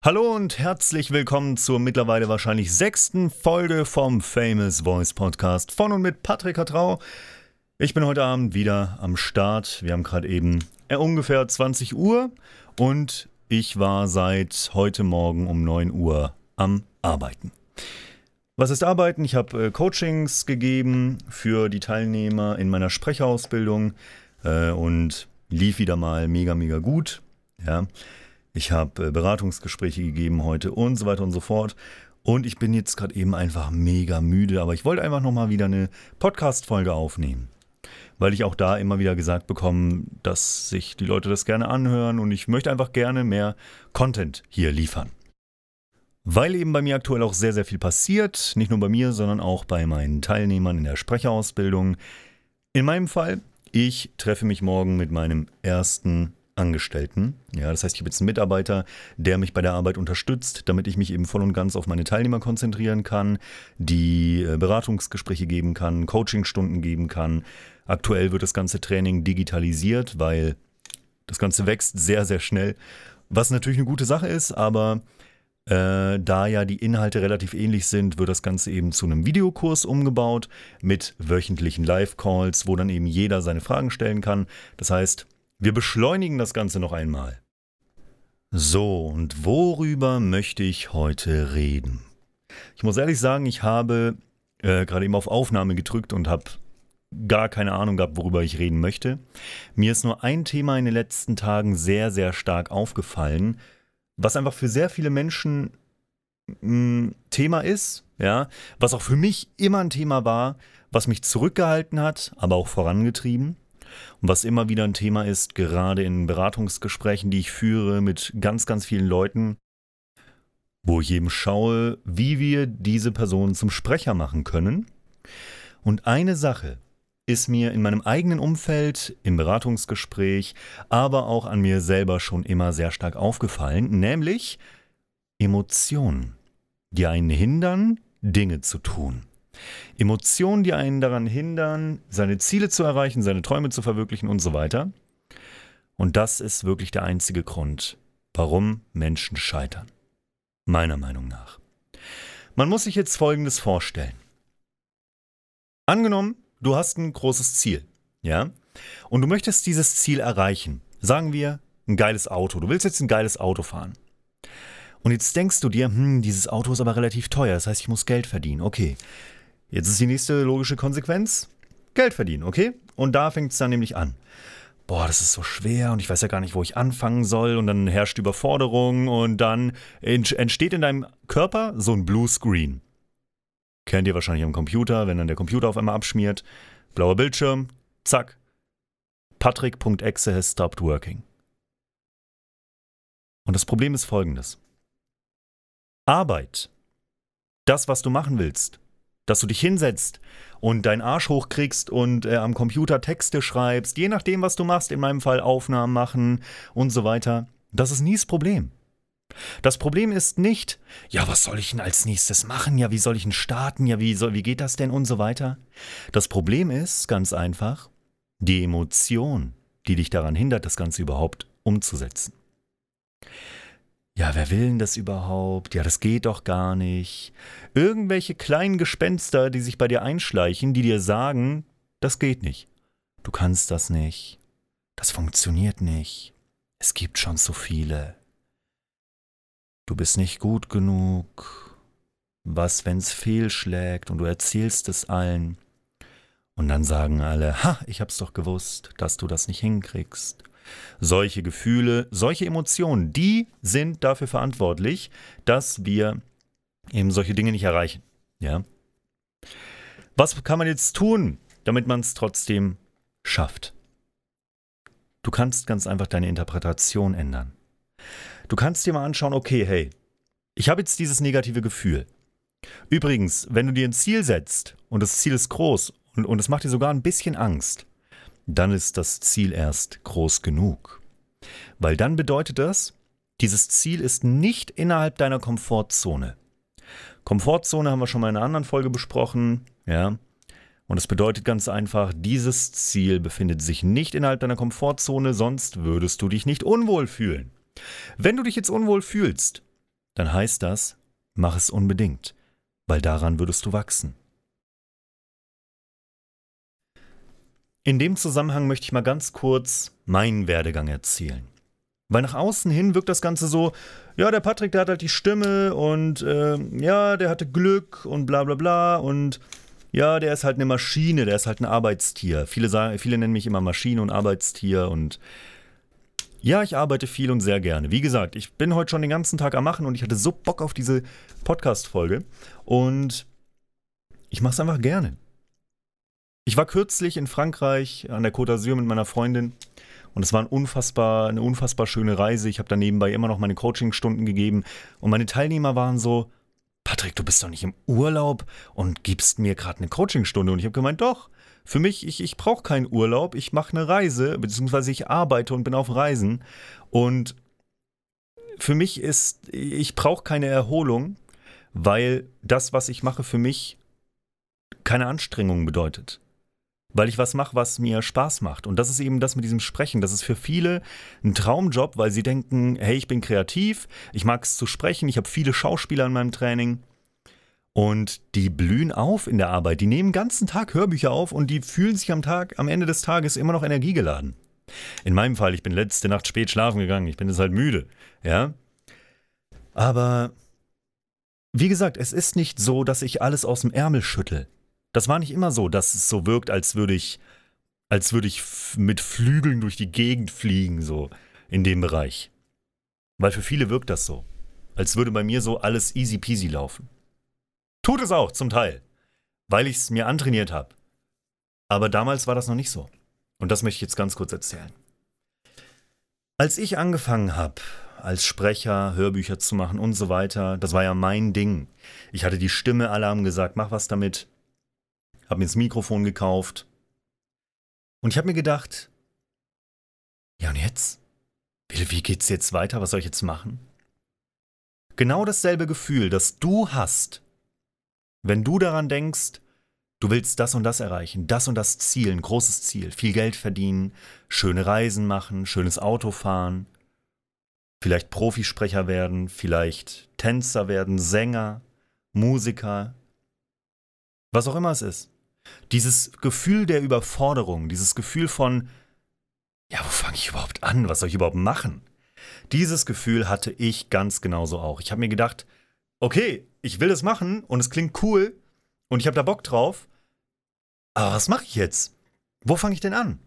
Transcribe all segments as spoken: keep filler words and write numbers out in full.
Hallo und herzlich willkommen zur mittlerweile wahrscheinlich sechsten Folge vom Famous Voice Podcast von und mit Patrick Hatrau. Ich bin heute Abend wieder am Start. Wir haben gerade eben äh, ungefähr zwanzig Uhr und ich war seit heute Morgen um neun Uhr am Arbeiten. Was ist Arbeiten? Ich habe äh, Coachings gegeben für die Teilnehmer in meiner Sprecherausbildung äh, und lief wieder mal mega, mega gut. Ja. Ich habe äh, Beratungsgespräche gegeben heute und so weiter und so fort. Und ich bin jetzt gerade eben einfach mega müde, aber ich wollte einfach nochmal wieder eine Podcast-Folge aufnehmen. Weil ich auch da immer wieder gesagt bekomme, dass sich die Leute das gerne anhören und ich möchte einfach gerne mehr Content hier liefern. Weil eben bei mir aktuell auch sehr, sehr viel passiert, nicht nur bei mir, sondern auch bei meinen Teilnehmern in der Sprecherausbildung. In meinem Fall, ich treffe mich morgen mit meinem ersten Angestellten. Ja, das heißt, ich habe jetzt einen Mitarbeiter, der mich bei der Arbeit unterstützt, damit ich mich eben voll und ganz auf meine Teilnehmer konzentrieren kann, die Beratungsgespräche geben kann, Coachingstunden geben kann. Aktuell wird das ganze Training digitalisiert, weil das Ganze wächst sehr, sehr schnell, was natürlich eine gute Sache ist, aber äh, da ja die Inhalte relativ ähnlich sind, wird das Ganze eben zu einem Videokurs umgebaut mit wöchentlichen Live-Calls, wo dann eben jeder seine Fragen stellen kann. Das heißt, wir beschleunigen das Ganze noch einmal. So, und worüber möchte ich heute reden? Ich muss ehrlich sagen, ich habe äh, gerade eben auf Aufnahme gedrückt und habe gar keine Ahnung gehabt, worüber ich reden möchte. Mir ist nur ein Thema in den letzten Tagen sehr, sehr stark aufgefallen, was einfach für sehr viele Menschen ein Thema ist, ja, was auch für mich immer ein Thema war, was mich zurückgehalten hat, aber auch vorangetrieben. Und was immer wieder ein Thema ist, gerade in Beratungsgesprächen, die ich führe mit ganz, ganz vielen Leuten, wo ich eben schaue, wie wir diese Person zum Sprecher machen können. Und eine Sache ist mir in meinem eigenen Umfeld, im Beratungsgespräch, aber auch an mir selber schon immer sehr stark aufgefallen, nämlich Emotionen, die einen hindern, Dinge zu tun. Emotionen, die einen daran hindern, seine Ziele zu erreichen, seine Träume zu verwirklichen und so weiter. Und das ist wirklich der einzige Grund, warum Menschen scheitern. Meiner Meinung nach. Man muss sich jetzt Folgendes vorstellen. Angenommen, du hast ein großes Ziel, ja? Und du möchtest dieses Ziel erreichen. Sagen wir, ein geiles Auto. Du willst jetzt ein geiles Auto fahren. Und jetzt denkst du dir, hm, dieses Auto ist aber relativ teuer, das heißt, ich muss Geld verdienen. Okay. Jetzt ist die nächste logische Konsequenz, Geld verdienen, okay? Und da fängt es dann nämlich an. Boah, das ist so schwer und ich weiß ja gar nicht, wo ich anfangen soll und dann herrscht Überforderung und dann entsteht in deinem Körper so ein Blue Screen. Kennt ihr wahrscheinlich am Computer, wenn dann der Computer auf einmal abschmiert. Blauer Bildschirm, zack. Patrick.exe has stopped working. Und das Problem ist folgendes. Arbeit, das, was du machen willst, dass du dich hinsetzt und deinen Arsch hochkriegst und äh, am Computer Texte schreibst, je nachdem, was du machst, in meinem Fall Aufnahmen machen und so weiter. Das ist nie das Problem. Das Problem ist nicht, ja, was soll ich denn als nächstes machen? Ja, wie soll ich denn starten? Ja, wie, soll, wie geht das denn und so weiter? Das Problem ist, ganz einfach, die Emotion, die dich daran hindert, das Ganze überhaupt umzusetzen. Ja, wer will denn das überhaupt? Ja, das geht doch gar nicht. Irgendwelche kleinen Gespenster, die sich bei dir einschleichen, die dir sagen, das geht nicht. Du kannst das nicht. Das funktioniert nicht. Es gibt schon so viele. Du bist nicht gut genug. Was, wenn's fehlschlägt und du erzählst es allen? Und dann sagen alle, ha, ich hab's doch gewusst, dass du das nicht hinkriegst. Solche Gefühle, solche Emotionen, die sind dafür verantwortlich, dass wir eben solche Dinge nicht erreichen. Ja? Was kann man jetzt tun, damit man es trotzdem schafft? Du kannst ganz einfach deine Interpretation ändern. Du kannst dir mal anschauen, okay, hey, ich habe jetzt dieses negative Gefühl. Übrigens, wenn du dir ein Ziel setzt und das Ziel ist groß und, und es macht dir sogar ein bisschen Angst, dann ist das Ziel erst groß genug. Weil dann bedeutet das, dieses Ziel ist nicht innerhalb deiner Komfortzone. Komfortzone haben wir schon mal in einer anderen Folge besprochen, ja. Und das bedeutet ganz einfach, dieses Ziel befindet sich nicht innerhalb deiner Komfortzone, sonst würdest du dich nicht unwohl fühlen. Wenn du dich jetzt unwohl fühlst, dann heißt das, mach es unbedingt, weil daran würdest du wachsen. In dem Zusammenhang möchte ich mal ganz kurz meinen Werdegang erzählen. Weil nach außen hin wirkt das Ganze so, ja, der Patrick, der hat halt die Stimme und äh, ja, der hatte Glück und bla bla bla und ja, der ist halt eine Maschine, der ist halt ein Arbeitstier. Viele sagen, viele nennen mich immer Maschine und Arbeitstier und ja, ich arbeite viel und sehr gerne. Wie gesagt, ich bin heute schon den ganzen Tag am Machen und ich hatte so Bock auf diese Podcast-Folge und ich mache es einfach gerne. Ich war kürzlich in Frankreich an der Côte d'Azur mit meiner Freundin und es war ein unfassbar, eine unfassbar schöne Reise. Ich habe da nebenbei immer noch meine Coachingstunden gegeben und meine Teilnehmer waren so, Patrick, du bist doch nicht im Urlaub und gibst mir gerade eine Coachingstunde. Und ich habe gemeint, doch, für mich, ich, ich brauche keinen Urlaub, ich mache eine Reise, beziehungsweise ich arbeite und bin auf Reisen. Und für mich ist, ich brauche keine Erholung, weil das, was ich mache, für mich keine Anstrengung bedeutet. Weil ich was mache, was mir Spaß macht. Und das ist eben das mit diesem Sprechen. Das ist für viele ein Traumjob, weil sie denken, hey, ich bin kreativ, ich mag es zu sprechen, ich habe viele Schauspieler in meinem Training. Und die blühen auf in der Arbeit. Die nehmen den ganzen Tag Hörbücher auf und die fühlen sich am Tag, am Ende des Tages immer noch energiegeladen. In meinem Fall, ich bin letzte Nacht spät schlafen gegangen, ich bin jetzt halt müde. Ja? Aber wie gesagt, es ist nicht so, dass ich alles aus dem Ärmel schüttel. Das war nicht immer so, dass es so wirkt, als würde ich, als würde ich f- mit Flügeln durch die Gegend fliegen, so in dem Bereich. Weil für viele wirkt das so. Als würde bei mir so alles easy peasy laufen. Tut es auch, zum Teil. Weil ich es mir antrainiert habe. Aber damals war das noch nicht so. Und das möchte ich jetzt ganz kurz erzählen. Als ich angefangen habe, als Sprecher Hörbücher zu machen und so weiter, das war ja mein Ding. Ich hatte die Stimme, alle haben gesagt, mach was damit. Habe mir das Mikrofon gekauft. Und ich habe mir gedacht, ja und jetzt? Wie, wie geht's jetzt weiter? Was soll ich jetzt machen? Genau dasselbe Gefühl, das du hast, wenn du daran denkst, du willst das und das erreichen, das und das Ziel, ein großes Ziel, viel Geld verdienen, schöne Reisen machen, schönes Auto fahren, vielleicht Profisprecher werden, vielleicht Tänzer werden, Sänger, Musiker, was auch immer es ist. Dieses Gefühl der Überforderung, dieses Gefühl von, ja, wo fange ich überhaupt an? Was soll ich überhaupt machen? Dieses Gefühl hatte ich ganz genauso auch. Ich habe mir gedacht, okay, ich will das machen und es klingt cool und ich habe da Bock drauf, aber was mache ich jetzt? Wo fange ich denn an?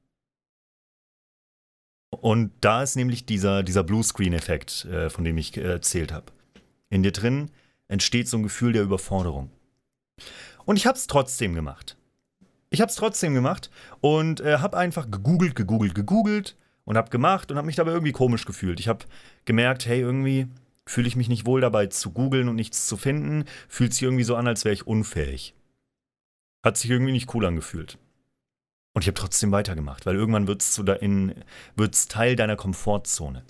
Und da ist nämlich dieser, dieser Bluescreen-Effekt, äh, von dem ich äh, erzählt habe. In dir drin entsteht so ein Gefühl der Überforderung. Und ich habe es trotzdem gemacht. Ich habe es trotzdem gemacht und äh, habe einfach gegoogelt, gegoogelt, gegoogelt und habe gemacht und habe mich dabei irgendwie komisch gefühlt. Ich habe gemerkt, hey, irgendwie fühle ich mich nicht wohl dabei zu googeln und nichts zu finden. Fühlt sich irgendwie so an, als wäre ich unfähig. Hat sich irgendwie nicht cool angefühlt. Und ich habe trotzdem weitergemacht, weil irgendwann wird es wird's Teil deiner Komfortzone.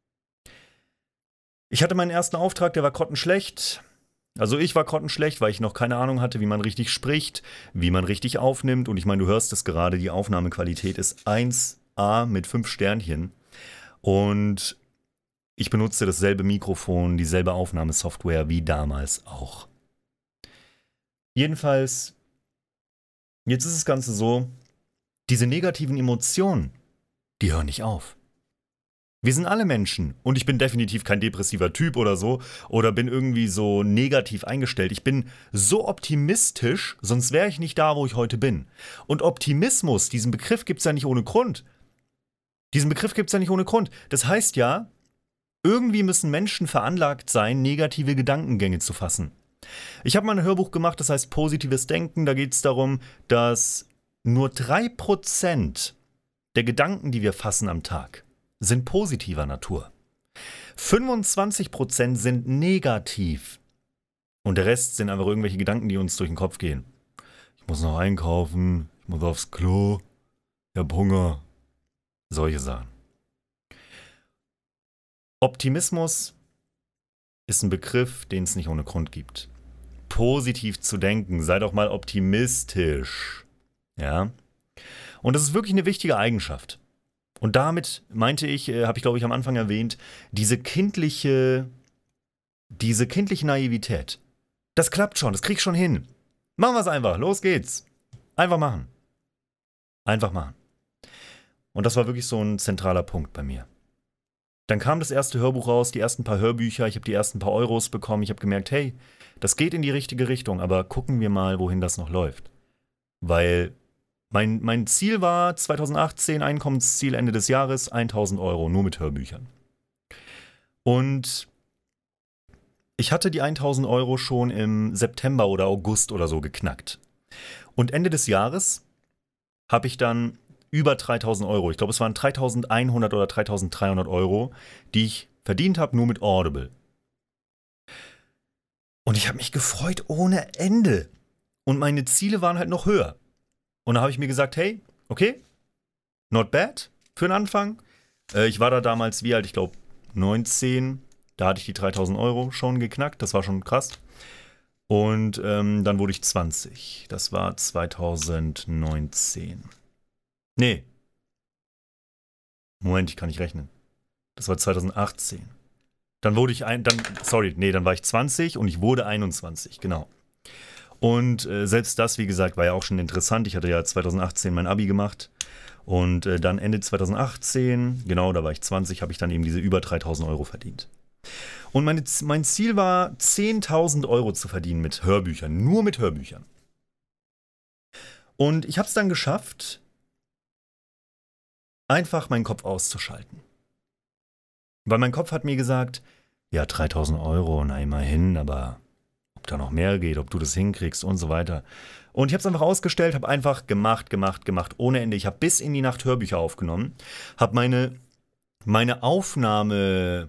Ich hatte meinen ersten Auftrag, der war grottenschlecht. Also ich war grottenschlecht, weil ich noch keine Ahnung hatte, wie man richtig spricht, wie man richtig aufnimmt. Und ich meine, du hörst es gerade, die Aufnahmequalität ist eins A mit fünf Sternchen. Und ich benutze dasselbe Mikrofon, dieselbe Aufnahmesoftware wie damals auch. Jedenfalls, jetzt ist das Ganze so, diese negativen Emotionen, die hören nicht auf. Wir sind alle Menschen und ich bin definitiv kein depressiver Typ oder so oder bin irgendwie so negativ eingestellt. Ich bin so optimistisch, sonst wäre ich nicht da, wo ich heute bin. Und Optimismus, diesen Begriff gibt es ja nicht ohne Grund. Diesen Begriff gibt es ja nicht ohne Grund. Das heißt ja, irgendwie müssen Menschen veranlagt sein, negative Gedankengänge zu fassen. Ich habe mal ein Hörbuch gemacht, das heißt Positives Denken. Da geht es darum, dass nur drei Prozent der Gedanken, die wir fassen am Tag, sind positiver Natur. fünfundzwanzig Prozent sind negativ. Und der Rest sind einfach irgendwelche Gedanken, die uns durch den Kopf gehen. Ich muss noch einkaufen, ich muss aufs Klo, ich hab Hunger. Solche Sachen. Optimismus ist ein Begriff, den es nicht ohne Grund gibt. Positiv zu denken, sei doch mal optimistisch. Ja? Und das ist wirklich eine wichtige Eigenschaft. Und damit meinte ich, äh, habe ich glaube ich am Anfang erwähnt, diese kindliche, diese kindliche Naivität. Das klappt schon, das krieg ich schon hin. Machen wir es einfach, los geht's. Einfach machen. Einfach machen. Und das war wirklich so ein zentraler Punkt bei mir. Dann kam das erste Hörbuch raus, die ersten paar Hörbücher, ich habe die ersten paar Euros bekommen. Ich habe gemerkt, hey, das geht in die richtige Richtung, aber gucken wir mal, wohin das noch läuft. Weil mein, mein Ziel war zweitausendachtzehn, Einkommensziel Ende des Jahres, tausend Euro, nur mit Hörbüchern. Und ich hatte die tausend Euro schon im September oder August oder so geknackt. Und Ende des Jahres habe ich dann über dreitausend Euro, ich glaube es waren dreitausendeinhundert oder dreitausenddreihundert Euro, die ich verdient habe, nur mit Audible. Und ich habe mich gefreut ohne Ende. Und meine Ziele waren halt noch höher. Und da habe ich mir gesagt, hey, okay, not bad für den Anfang. Äh, ich war da damals, wie alt, ich glaube neunzehn, da hatte ich die dreitausend Euro schon geknackt, das war schon krass. Und ähm, dann wurde ich zwanzig, das war zweitausendneunzehn. Nee. Moment, ich kann nicht rechnen. Das war zweitausendachtzehn. Dann wurde ich ein, dann, sorry, nee, dann war ich zwanzig und ich wurde einundzwanzig, genau. Und äh, selbst das, wie gesagt, war ja auch schon interessant. Ich hatte ja zweitausendachtzehn mein Abi gemacht. Und äh, dann Ende zweitausendachtzehn, genau, da war ich zwanzig, habe ich dann eben diese über dreitausend Euro verdient. Und meine, mein Ziel war, zehntausend Euro zu verdienen mit Hörbüchern, nur mit Hörbüchern. Und ich habe es dann geschafft, einfach meinen Kopf auszuschalten. Weil mein Kopf hat mir gesagt, ja, dreitausend Euro, na immerhin, aber ob da noch mehr geht, ob du das hinkriegst und so weiter. Und ich habe es einfach ausgestellt, habe einfach gemacht, gemacht, gemacht, ohne Ende. Ich habe bis in die Nacht Hörbücher aufgenommen, habe meine, meine Aufnahmeweise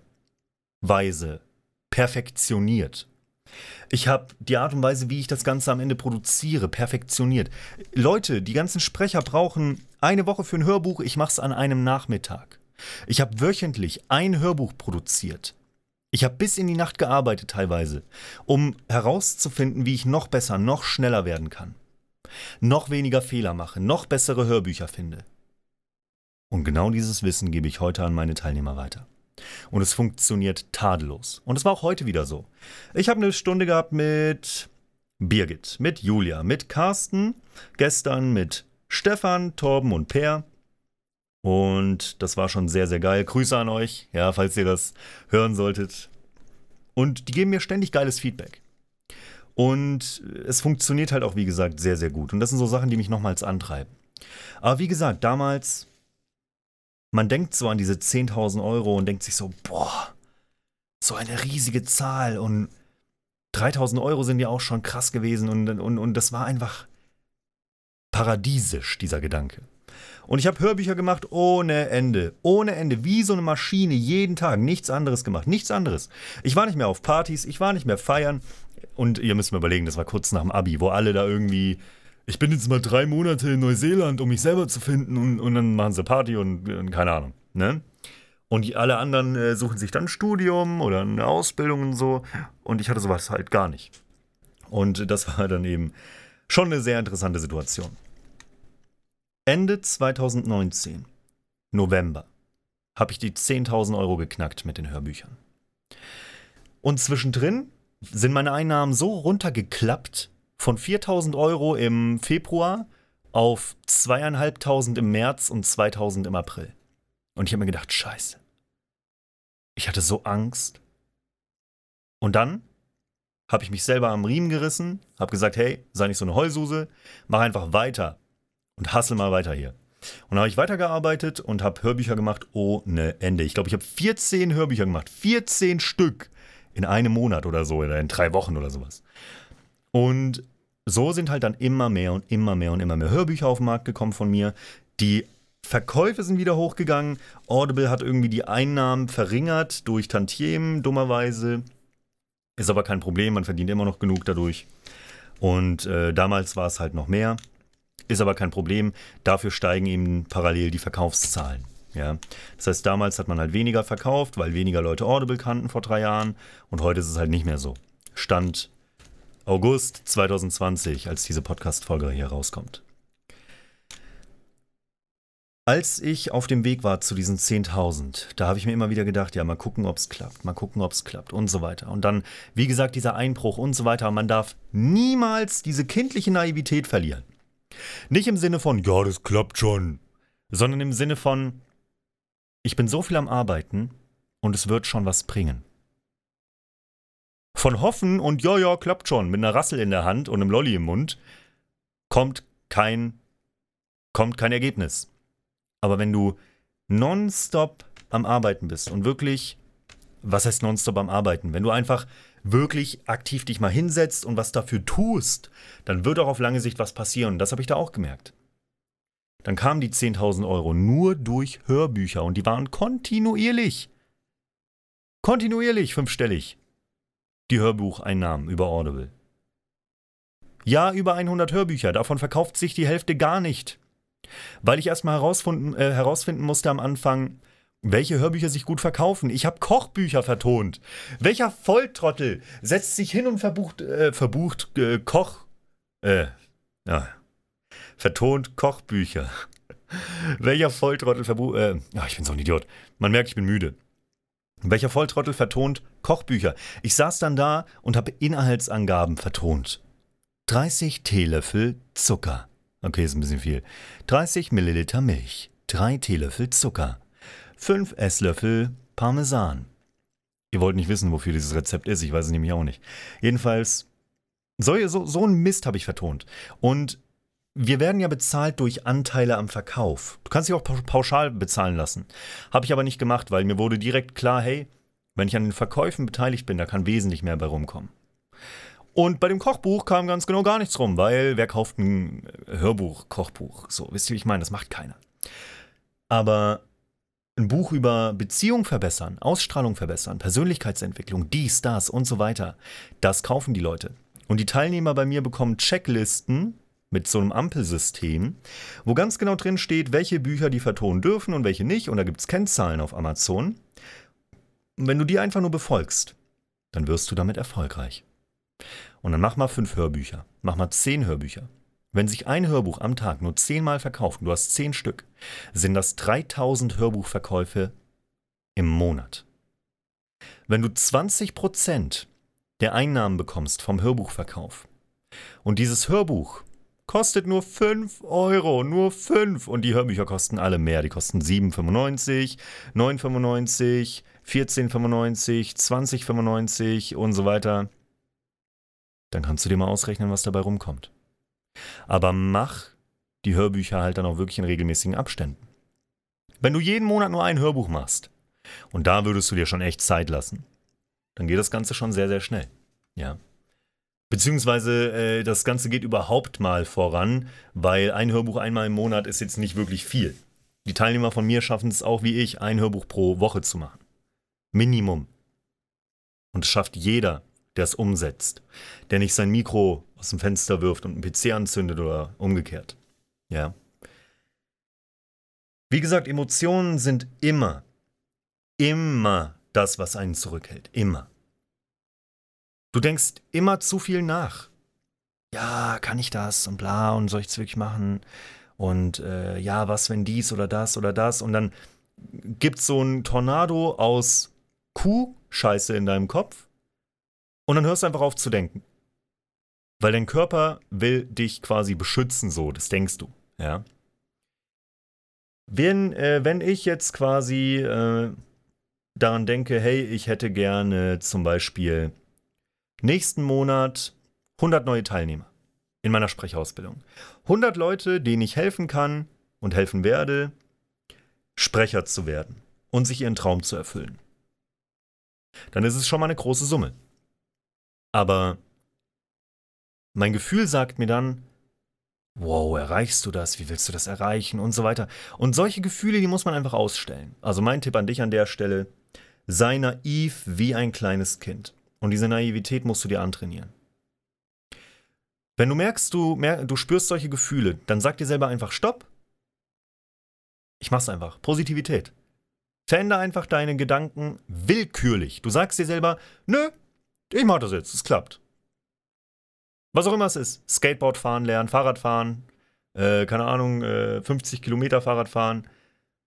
perfektioniert. Ich habe die Art und Weise, wie ich das Ganze am Ende produziere, perfektioniert. Leute, die ganzen Sprecher brauchen eine Woche für ein Hörbuch, ich mache es an einem Nachmittag. Ich habe wöchentlich ein Hörbuch produziert. Ich habe bis in die Nacht gearbeitet teilweise, um herauszufinden, wie ich noch besser, noch schneller werden kann. Noch weniger Fehler mache, noch bessere Hörbücher finde. Und genau dieses Wissen gebe ich heute an meine Teilnehmer weiter. Und es funktioniert tadellos. Und es war auch heute wieder so. Ich habe eine Stunde gehabt mit Birgit, mit Julia, mit Carsten, gestern mit Stefan, Torben und Per. Und das war schon sehr, sehr geil. Grüße an euch, ja, falls ihr das hören solltet. Und die geben mir ständig geiles Feedback. Und es funktioniert halt auch, wie gesagt, sehr, sehr gut. Und das sind so Sachen, die mich nochmals antreiben. Aber wie gesagt, damals, man denkt so an diese zehntausend Euro und denkt sich so, boah, so eine riesige Zahl. Und dreitausend Euro sind ja auch schon krass gewesen. Und, und, und das war einfach paradiesisch, dieser Gedanke. Und ich habe Hörbücher gemacht ohne Ende, ohne Ende, wie so eine Maschine, jeden Tag, nichts anderes gemacht, nichts anderes. Ich war nicht mehr auf Partys, ich war nicht mehr feiern und ihr müsst mir überlegen, das war kurz nach dem Abi, wo alle da irgendwie, ich bin jetzt mal drei Monate in Neuseeland, um mich selber zu finden und, und dann machen sie Party und, und keine Ahnung, ne? Und die, alle anderen äh, suchen sich dann ein Studium oder eine Ausbildung und so und ich hatte sowas halt gar nicht. Und das war dann eben schon eine sehr interessante Situation. Ende zweitausendneunzehn, November, habe ich die zehntausend Euro geknackt mit den Hörbüchern. Und zwischendrin sind meine Einnahmen so runtergeklappt, von viertausend Euro im Februar auf zweitausendfünfhundert im März und zweitausend im April. Und ich habe mir gedacht, scheiße. Ich hatte so Angst. Und dann habe ich mich selber am Riemen gerissen, habe gesagt, hey, sei nicht so eine Heulsuse, mach einfach weiter. Und hustle mal weiter hier. Und dann habe ich weitergearbeitet und habe Hörbücher gemacht ohne Ende. Ich glaube, ich habe vierzehn Hörbücher gemacht. vierzehn Stück in einem Monat oder so, oder in drei Wochen oder sowas. Und so sind halt dann immer mehr und immer mehr und immer mehr Hörbücher auf den Markt gekommen von mir. Die Verkäufe sind wieder hochgegangen. Audible hat irgendwie die Einnahmen verringert durch Tantiemen, dummerweise. Ist aber kein Problem, man verdient immer noch genug dadurch. Und äh, damals war es halt noch mehr. Ist aber kein Problem, dafür steigen eben parallel die Verkaufszahlen. Ja? Das heißt, damals hat man halt weniger verkauft, weil weniger Leute Audible kannten vor drei Jahren und heute ist es halt nicht mehr so. Stand August zweitausendzwanzig, als diese Podcast-Folge hier rauskommt. Als ich auf dem Weg war zu diesen zehntausend, da habe ich mir immer wieder gedacht, ja, mal gucken, ob es klappt, mal gucken, ob es klappt und so weiter. Und dann, wie gesagt, dieser Einbruch und so weiter. Man darf niemals diese kindliche Naivität verlieren. Nicht im Sinne von, ja, das klappt schon, sondern im Sinne von, ich bin so viel am Arbeiten und es wird schon was bringen. Von Hoffen und ja, ja, klappt schon, mit einer Rassel in der Hand und einem Lolli im Mund, kommt kein, kommt kein Ergebnis. Aber wenn du nonstop am Arbeiten bist und wirklich, was heißt nonstop am Arbeiten? Wenn du einfach wirklich aktiv dich mal hinsetzt und was dafür tust, dann wird auch auf lange Sicht was passieren. Und das habe ich da auch gemerkt. Dann kamen die zehntausend Euro nur durch Hörbücher und die waren kontinuierlich. Kontinuierlich fünfstellig. Die Hörbucheinnahmen über Audible. Ja, über hundert Hörbücher, davon verkauft sich die Hälfte gar nicht. Weil ich erstmal herausfinden, äh, herausfinden musste am Anfang, welche Hörbücher sich gut verkaufen. Ich habe Kochbücher vertont. Welcher Volltrottel setzt sich hin und verbucht, äh, verbucht äh, Koch, äh, ja, vertont Kochbücher. Welcher Volltrottel verbucht, äh, ja, ich bin so ein Idiot. Man merkt, ich bin müde. Welcher Volltrottel vertont Kochbücher? Ich saß dann da und habe Inhaltsangaben vertont. dreißig Teelöffel Zucker. Okay, ist ein bisschen viel. dreißig Milliliter Milch. drei Teelöffel Zucker. fünf Esslöffel Parmesan. Ihr wollt nicht wissen, wofür dieses Rezept ist. Ich weiß es nämlich auch nicht. Jedenfalls, so, so, so einen Mist habe ich vertont. Und wir werden ja bezahlt durch Anteile am Verkauf. Du kannst dich auch pauschal bezahlen lassen. Habe ich aber nicht gemacht, weil mir wurde direkt klar, hey, wenn ich an den Verkäufen beteiligt bin, da kann wesentlich mehr bei rumkommen. Und bei dem Kochbuch kam ganz genau gar nichts rum, weil wer kauft ein Hörbuch, Kochbuch? So, wisst ihr, wie ich meine? Das macht keiner. Aber ein Buch über Beziehung verbessern, Ausstrahlung verbessern, Persönlichkeitsentwicklung, dies, das und so weiter, das kaufen die Leute. Und die Teilnehmer bei mir bekommen Checklisten mit so einem Ampelsystem, wo ganz genau drin steht, welche Bücher die vertonen dürfen und welche nicht. Und da gibt es Kennzahlen auf Amazon. Und wenn du die einfach nur befolgst, dann wirst du damit erfolgreich. Und dann mach mal fünf Hörbücher, mach mal zehn Hörbücher. Wenn sich ein Hörbuch am Tag nur zehnmal verkauft, und du hast zehn Stück, sind das dreitausend Hörbuchverkäufe im Monat. Wenn du zwanzig Prozent der Einnahmen bekommst vom Hörbuchverkauf und dieses Hörbuch kostet nur fünf Euro, nur fünf. Und die Hörbücher kosten alle mehr. Die kosten sieben fünfundneunzig, neun fünfundneunzig, vierzehn fünfundneunzig, zwanzig fünfundneunzig und so weiter. Dann kannst du dir mal ausrechnen, was dabei rumkommt. Aber mach die Hörbücher halt dann auch wirklich in regelmäßigen Abständen. Wenn du jeden Monat nur ein Hörbuch machst, und da würdest du dir schon echt Zeit lassen, dann geht das Ganze schon sehr, sehr schnell. Ja. Beziehungsweise äh, das Ganze geht überhaupt mal voran, weil ein Hörbuch einmal im Monat ist jetzt nicht wirklich viel. Die Teilnehmer von mir schaffen es auch wie ich, ein Hörbuch pro Woche zu machen. Minimum. Und es schafft jeder, der es umsetzt. Der nicht sein Mikro aus dem Fenster wirft und einen P C anzündet oder umgekehrt. Ja. Wie gesagt, Emotionen sind immer, immer das, was einen zurückhält. Immer. Du denkst immer zu viel nach. Ja, kann ich das und bla und soll ich es wirklich machen? Und äh, ja, was, wenn dies oder das oder das? Und dann gibt es so einen Tornado aus Kuh-Scheiße in deinem Kopf und dann hörst du einfach auf zu denken. Weil dein Körper will dich quasi beschützen, so, das denkst du, ja. Wenn, äh, wenn ich jetzt quasi äh, daran denke, hey, ich hätte gerne zum Beispiel nächsten Monat hundert neue Teilnehmer in meiner Sprechausbildung. hundert Leute, denen ich helfen kann und helfen werde, Sprecher zu werden und sich ihren Traum zu erfüllen. Dann ist es schon mal eine große Summe. Aber mein Gefühl sagt mir dann, wow, erreichst du das? Wie willst du das erreichen? Und so weiter. Und solche Gefühle, die muss man einfach ausstellen. Also mein Tipp an dich an der Stelle, sei naiv wie ein kleines Kind. Und diese Naivität musst du dir antrainieren. Wenn du merkst, du, mer- du spürst solche Gefühle, dann sag dir selber einfach Stopp. Ich mach's einfach. Positivität. Verändere einfach deine Gedanken willkürlich. Du sagst dir selber, nö, ich mach das jetzt, es klappt. Was auch immer es ist. Skateboard fahren lernen, Fahrrad fahren, äh, keine Ahnung, äh, fünfzig Kilometer Fahrrad fahren.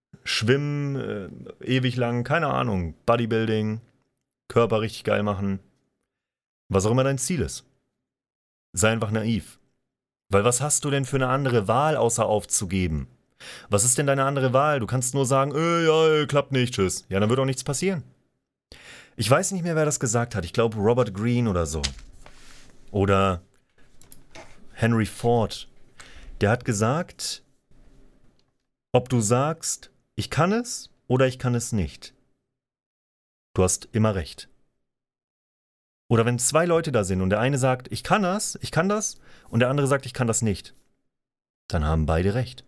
Schwimmen, äh, ewig lang, keine Ahnung, Bodybuilding, Körper richtig geil machen, was auch immer dein Ziel ist. Sei einfach naiv. Weil was hast du denn für eine andere Wahl, außer aufzugeben? Was ist denn deine andere Wahl? Du kannst nur sagen, äh, ja, klappt nicht, tschüss. Ja, dann wird auch nichts passieren. Ich weiß nicht mehr, wer das gesagt hat. Ich glaube Robert Greene oder so. Oder Henry Ford. Der hat gesagt, ob du sagst, ich kann es oder ich kann es nicht. Du hast immer recht. Oder wenn zwei Leute da sind und der eine sagt, ich kann das, ich kann das, und der andere sagt, ich kann das nicht, dann haben beide recht.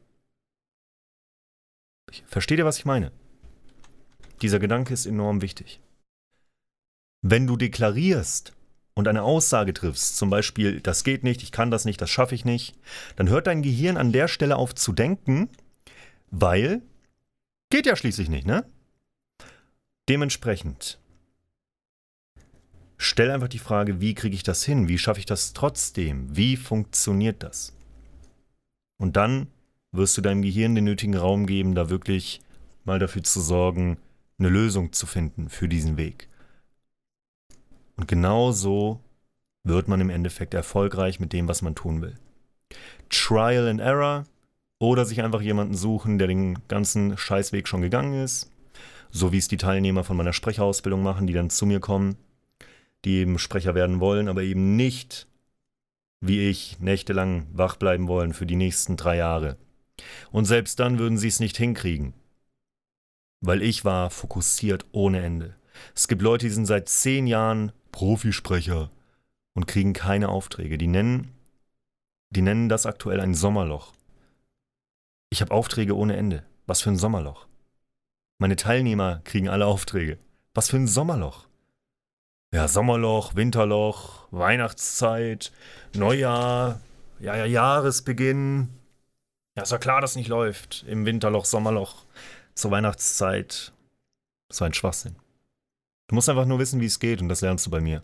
Versteht ihr, was ich meine? Dieser Gedanke ist enorm wichtig. Wenn du deklarierst und eine Aussage triffst, zum Beispiel, das geht nicht, ich kann das nicht, das schaffe ich nicht, dann hört dein Gehirn an der Stelle auf zu denken, weil geht ja schließlich nicht, ne? Dementsprechend stell einfach die Frage, wie kriege ich das hin? Wie schaffe ich das trotzdem? Wie funktioniert das? Und dann wirst du deinem Gehirn den nötigen Raum geben, da wirklich mal dafür zu sorgen, eine Lösung zu finden für diesen Weg. Und genau so wird man im Endeffekt erfolgreich mit dem, was man tun will. Trial and Error oder sich einfach jemanden suchen, der den ganzen Scheißweg schon gegangen ist, so wie es die Teilnehmer von meiner Sprecherausbildung machen, die dann zu mir kommen, die eben Sprecher werden wollen, aber eben nicht, wie ich, nächtelang wach bleiben wollen für die nächsten drei Jahre. Und selbst dann würden sie es nicht hinkriegen, weil ich war fokussiert ohne Ende. Es gibt Leute, die sind seit zehn Jahren Profisprecher und kriegen keine Aufträge. Die nennen, die nennen das aktuell ein Sommerloch. Ich habe Aufträge ohne Ende. Was für ein Sommerloch. Meine Teilnehmer kriegen alle Aufträge. Was für ein Sommerloch. Ja, Sommerloch, Winterloch, Weihnachtszeit, Neujahr, ja, ja, Jahresbeginn. Ja, ist ja klar, dass es nicht läuft. Im Winterloch, Sommerloch, zur Weihnachtszeit. So ein Schwachsinn. Du musst einfach nur wissen, wie es geht, und das lernst du bei mir.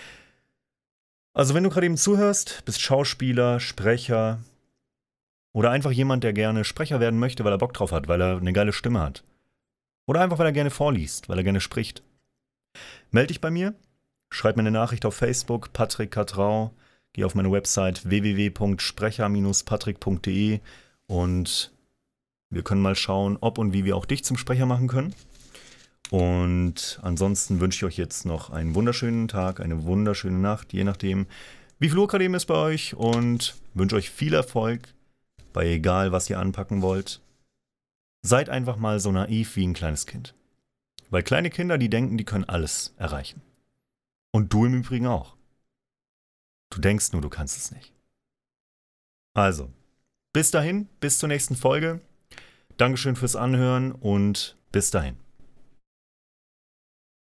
Also wenn du gerade eben zuhörst, bist Schauspieler, Sprecher oder einfach jemand, der gerne Sprecher werden möchte, weil er Bock drauf hat, weil er eine geile Stimme hat. Oder einfach, weil er gerne vorliest, weil er gerne spricht. Meld dich bei mir, schreib mir eine Nachricht auf Facebook, Patrick Catrau, geh auf meine Website w w w punkt sprecher Bindestrich patrick punkt d e und wir können mal schauen, ob und wie wir auch dich zum Sprecher machen können. Und ansonsten wünsche ich euch jetzt noch einen wunderschönen Tag, eine wunderschöne Nacht, je nachdem, wie viel Uhr gerade eben ist bei euch, und wünsche euch viel Erfolg bei egal, was ihr anpacken wollt. Seid einfach mal so naiv wie ein kleines Kind. Weil kleine Kinder, die denken, die können alles erreichen. Und du im Übrigen auch. Du denkst nur, du kannst es nicht. Also, bis dahin, bis zur nächsten Folge. Dankeschön fürs Anhören und bis dahin.